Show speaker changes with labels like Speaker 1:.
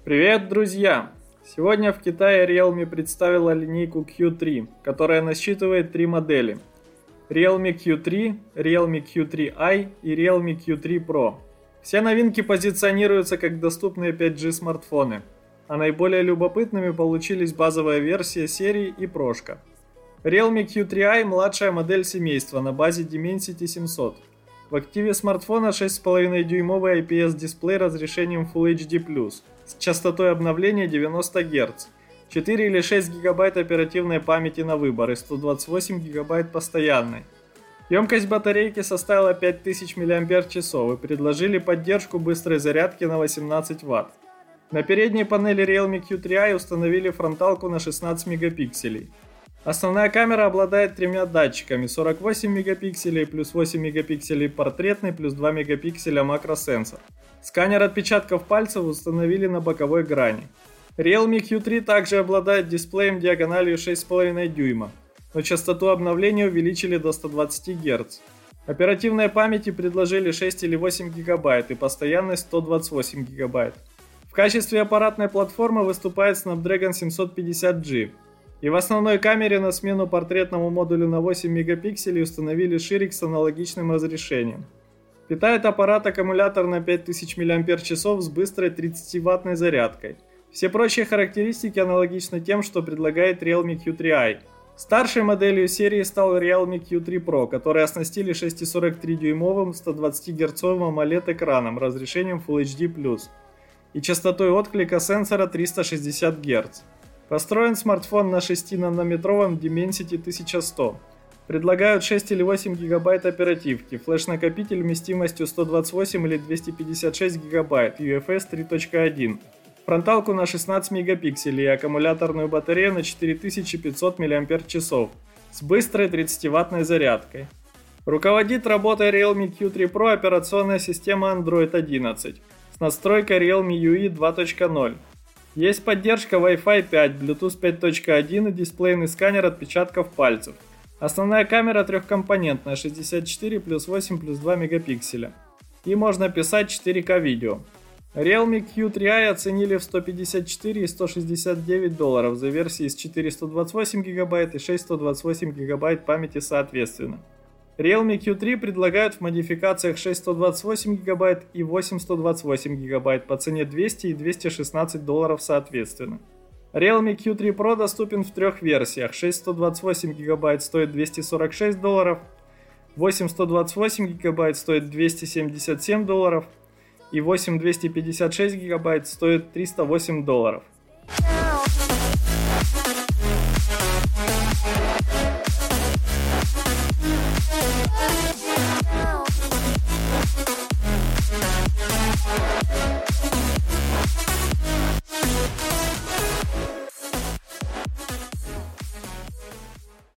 Speaker 1: Привет, друзья! Сегодня в Китае Realme представила линейку Q3, которая насчитывает три модели: Realme Q3, Realme Q3i и Realme Q3 Pro. Все новинки позиционируются как доступные 5G смартфоны, а наиболее любопытными получились базовая версия серии и прошка. Realme Q3i – младшая модель семейства на базе Dimensity 700. В активе смартфона 6,5-дюймовый IPS-дисплей разрешением Full HD+, с частотой обновления 90 Гц, 4 или 6 ГБ оперативной памяти на выбор и 128 ГБ постоянной. Емкость батарейки составила 5000 мАч и предложили поддержку быстрой зарядки на 18 Вт. На передней панели Realme Q3i установили фронталку на 16 мегапикселей. Основная камера обладает тремя датчиками: 48 мегапикселей, плюс 8 мегапикселей портретный, плюс 2 мегапикселя макросенсор. Сканер отпечатков пальцев установили на боковой грани. Realme Q3 также обладает дисплеем диагональю 6,5 дюйма, но частоту обновления увеличили до 120 Гц. Оперативной памяти предложили 6 или 8 ГБ и постоянной 128 ГБ. В качестве аппаратной платформы выступает Snapdragon 750G. И в основной камере на смену портретному модулю на 8 мегапикселей установили ширик с аналогичным разрешением. Питает аппарат аккумулятор на 5000 мАч с быстрой 30-ваттной зарядкой. Все прочие характеристики аналогичны тем, что предлагает Realme Q3i. Старшей моделью серии стал Realme Q3 Pro, который оснастили 6,43-дюймовым 120-герцовым AMOLED-экраном разрешением Full HD+, и частотой отклика сенсора 360 Гц. Построен смартфон на 6-нанометровом Dimensity 1100. Предлагают 6 или 8 ГБ оперативки, флеш-накопитель вместимостью 128 или 256 ГБ, UFS 3.1, фронталку на 16 мегапикселей и аккумуляторную батарею на 4500 мАч с быстрой 30-ваттной зарядкой. Руководит работой Realme Q3 Pro операционная система Android 11 с настройкой Realme UI 2.0. Есть поддержка Wi-Fi 5, Bluetooth 5.1 и дисплейный сканер отпечатков пальцев. Основная камера трехкомпонентная, 64 плюс 8 плюс 2 мегапикселя. И можно писать 4К видео. Realme Q3i оценили в $154 и $169 за версии с 428 ГБ и 628 ГБ памяти соответственно. Realme Q3 предлагают в модификациях 628 ГБ и 828 ГБ по цене $200 и $216 соответственно. Realme Q3 Pro доступен в трех версиях: 628 ГБ стоит $246, 8128 ГБ стоит $277 и 8256 ГБ стоит $308.